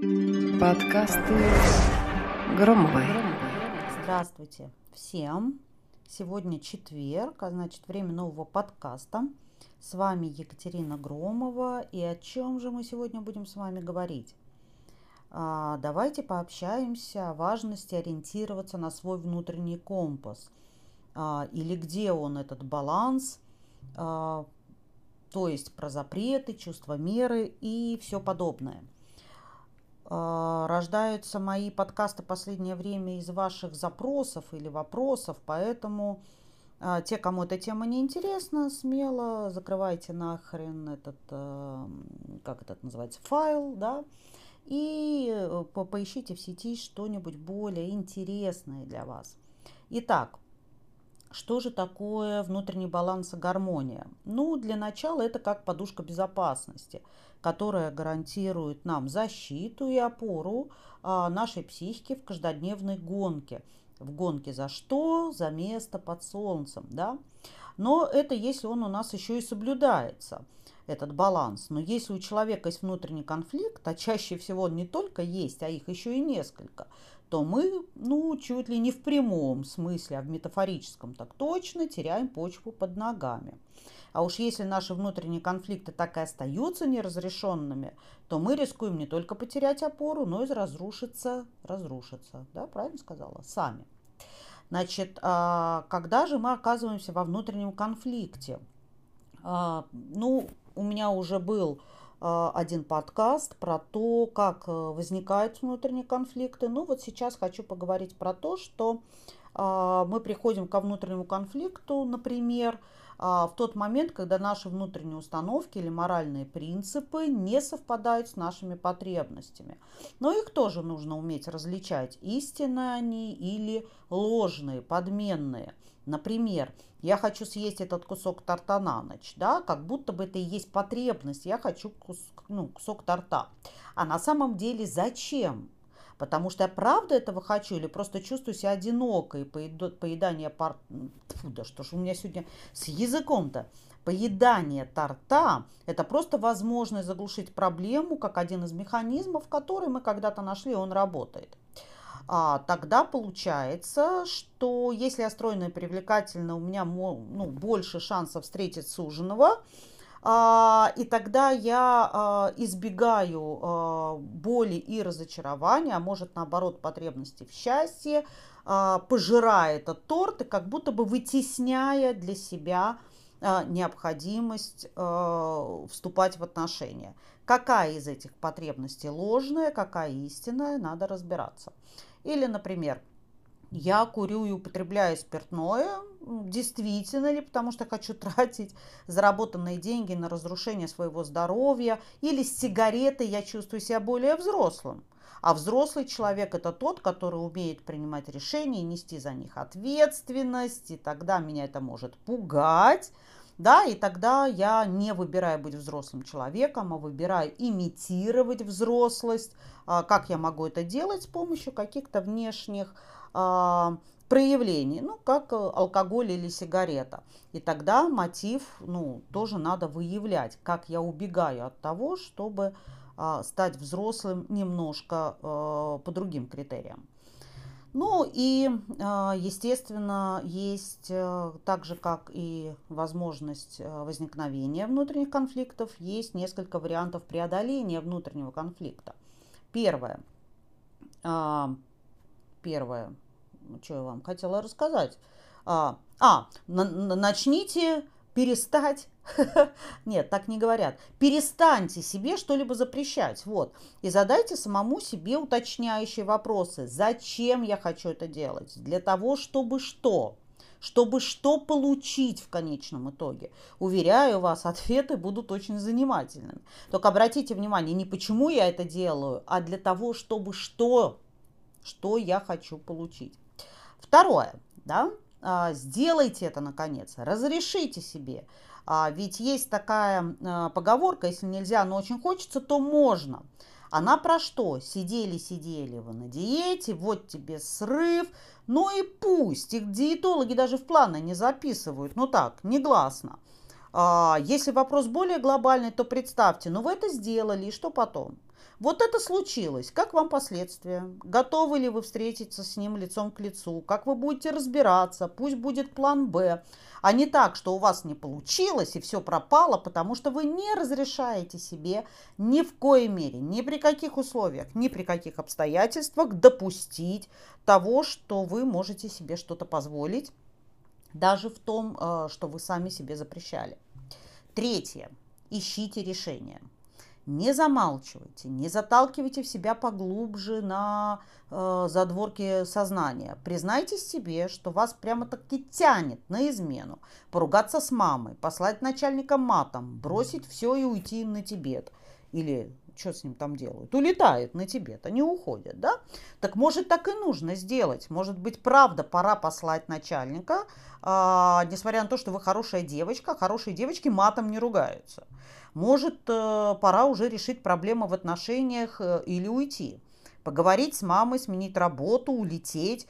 Подкасты Громовой. Здравствуйте всем! Сегодня четверг, а значит время нового подкаста. С вами Екатерина Громова. И о чем же мы сегодня будем с вами говорить? Давайте пообщаемся о важности ориентироваться на свой внутренний компас. Или где он, этот баланс, то есть про запреты, чувство меры и все подобное. Рождаются мои подкасты в последнее время из ваших запросов или вопросов, поэтому те, кому эта тема не интересна, смело закрывайте нахрен этот, как это называется, файл, да, и поищите в сети что-нибудь более интересное для вас. Итак, что же такое внутренний баланс и гармония? Ну, для начала это как подушка безопасности, которая гарантирует нам защиту и опору нашей психики в каждодневной гонке. В гонке за что? За место под солнцем, да? Но это если он у нас еще и соблюдается, этот баланс. Но если у человека есть внутренний конфликт, а чаще всего он не только есть, а их еще и несколько, то мы, чуть ли не в прямом смысле, а в метафорическом так точно теряем почву под ногами. А уж если наши внутренние конфликты так и остаются неразрешенными, то мы рискуем не только потерять опору, но и разрушиться, да, правильно сказала, сами. Значит, когда же мы оказываемся во внутреннем конфликте? У меня уже был один подкаст про то, как возникают внутренние конфликты. Вот сейчас хочу поговорить про то, что мы приходим ко внутреннему конфликту, например, в тот момент, когда наши внутренние установки или моральные принципы не совпадают с нашими потребностями. Но их тоже нужно уметь различать, истинные они или ложные, подменные. Например, я хочу съесть этот кусок торта на ночь, да, как будто бы это и есть потребность, я хочу кусок торта. А на самом деле зачем? Потому что я правда этого хочу или просто чувствую себя одинокой, поедание да что ж у меня сегодня с языком-то? Поедание торта – это просто возможность заглушить проблему, как один из механизмов, который мы когда-то нашли, он работает. Тогда получается, что если я стройная и привлекательна, у меня больше шансов встретить суженого, и тогда я избегаю боли и разочарования, а может наоборот потребности в счастье, пожирая этот торт и как будто бы вытесняя для себя необходимость вступать в отношения. Какая из этих потребностей ложная, какая истинная, надо разбираться. Или, например, я курю и употребляю спиртное, действительно ли, потому что хочу тратить заработанные деньги на разрушение своего здоровья, или с сигаретой я чувствую себя более взрослым. А взрослый человек – это тот, который умеет принимать решения и нести за них ответственность, и тогда меня это может пугать. Да, и тогда я не выбираю быть взрослым человеком, а выбираю имитировать взрослость. Как я могу это делать? С помощью каких-то внешних проявлений, как алкоголь или сигарета. И тогда мотив, тоже надо выявлять, как я убегаю от того, чтобы стать взрослым немножко по другим критериям. Естественно, есть, так же, как и возможность возникновения внутренних конфликтов, есть несколько вариантов преодоления внутреннего конфликта. Первое, что я вам хотела рассказать? Начните перестать. Нет, так не говорят. Перестаньте себе что-либо запрещать. И задайте самому себе уточняющие вопросы. Зачем я хочу это делать? Для того, чтобы что? Чтобы что получить в конечном итоге? Уверяю вас, ответы будут очень занимательными. Только обратите внимание, не почему я это делаю, а для того, чтобы что я хочу получить. Второе, да, сделайте это наконец, разрешите себе. Ведь есть такая поговорка, если нельзя, но очень хочется, то можно. Она про что? Сидели вы на диете, вот тебе срыв, и пусть. Их диетологи даже в планы не записывают, так, негласно. Если вопрос более глобальный, то представьте, вы это сделали, и что потом? Вот это случилось. Как вам последствия? Готовы ли вы встретиться с ним лицом к лицу? Как вы будете разбираться? Пусть будет план «Б». А не так, что у вас не получилось и все пропало, потому что вы не разрешаете себе ни в коей мере, ни при каких условиях, ни при каких обстоятельствах допустить того, что вы можете себе что-то позволить, даже в том, что вы сами себе запрещали. Третье. Ищите решение. Не замалчивайте, не заталкивайте в себя поглубже на задворки сознания. Признайтесь себе, что вас прямо-таки тянет на измену. Поругаться с мамой, послать начальника матом, бросить все и уйти на Тибет. Или что с ним там делают? Улетают на Тибет, они уходят, да? Так может так и нужно сделать. Может быть, правда, пора послать начальника, несмотря на то, что вы хорошая девочка, хорошие девочки матом не ругаются. Может, пора уже решить проблему в отношениях или уйти. Поговорить с мамой, сменить работу, улететь.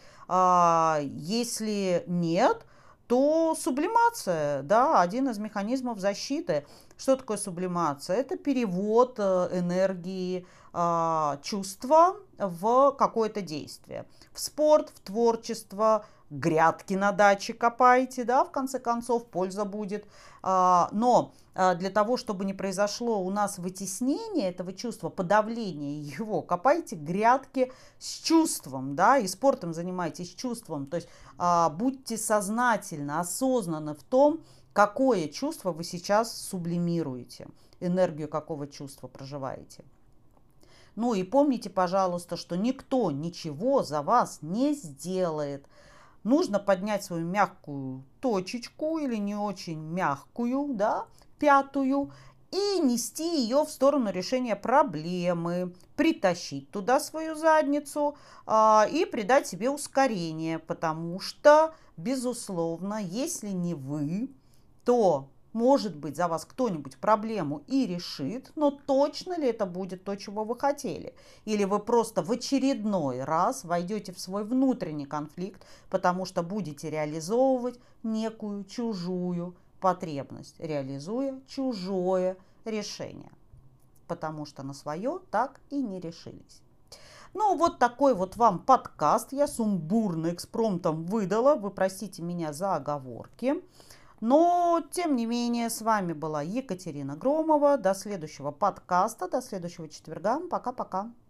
Если нет, то сублимация, да, один из механизмов защиты. Что такое сублимация? Это перевод энергии, чувства в какое-то действие. В спорт, в творчество, грядки на даче копайте, да, в конце концов, польза будет. Но для того, чтобы не произошло у нас вытеснение этого чувства, подавление его, копайте грядки с чувством, да, и спортом занимайтесь чувством. То есть будьте сознательно, осознанны в том, какое чувство вы сейчас сублимируете, энергию какого чувства проживаете. Ну и помните, пожалуйста, что никто ничего за вас не сделает. Нужно поднять свою мягкую точечку или не очень мягкую, да, пятую, и нести ее в сторону решения проблемы, притащить туда свою задницу и придать себе ускорение, потому что, безусловно, если не вы, то, может быть, за вас кто-нибудь проблему и решит, но точно ли это будет то, чего вы хотели? Или вы просто в очередной раз войдете в свой внутренний конфликт, потому что будете реализовывать некую чужую потребность, реализуя чужое решение, потому что на свое так и не решились. Ну, вот такой вот вам подкаст я сумбурно экспромтом выдала. Вы простите меня за оговорки. Но, тем не менее, с вами была Екатерина Громова. До следующего подкаста, до следующего четверга. Пока-пока.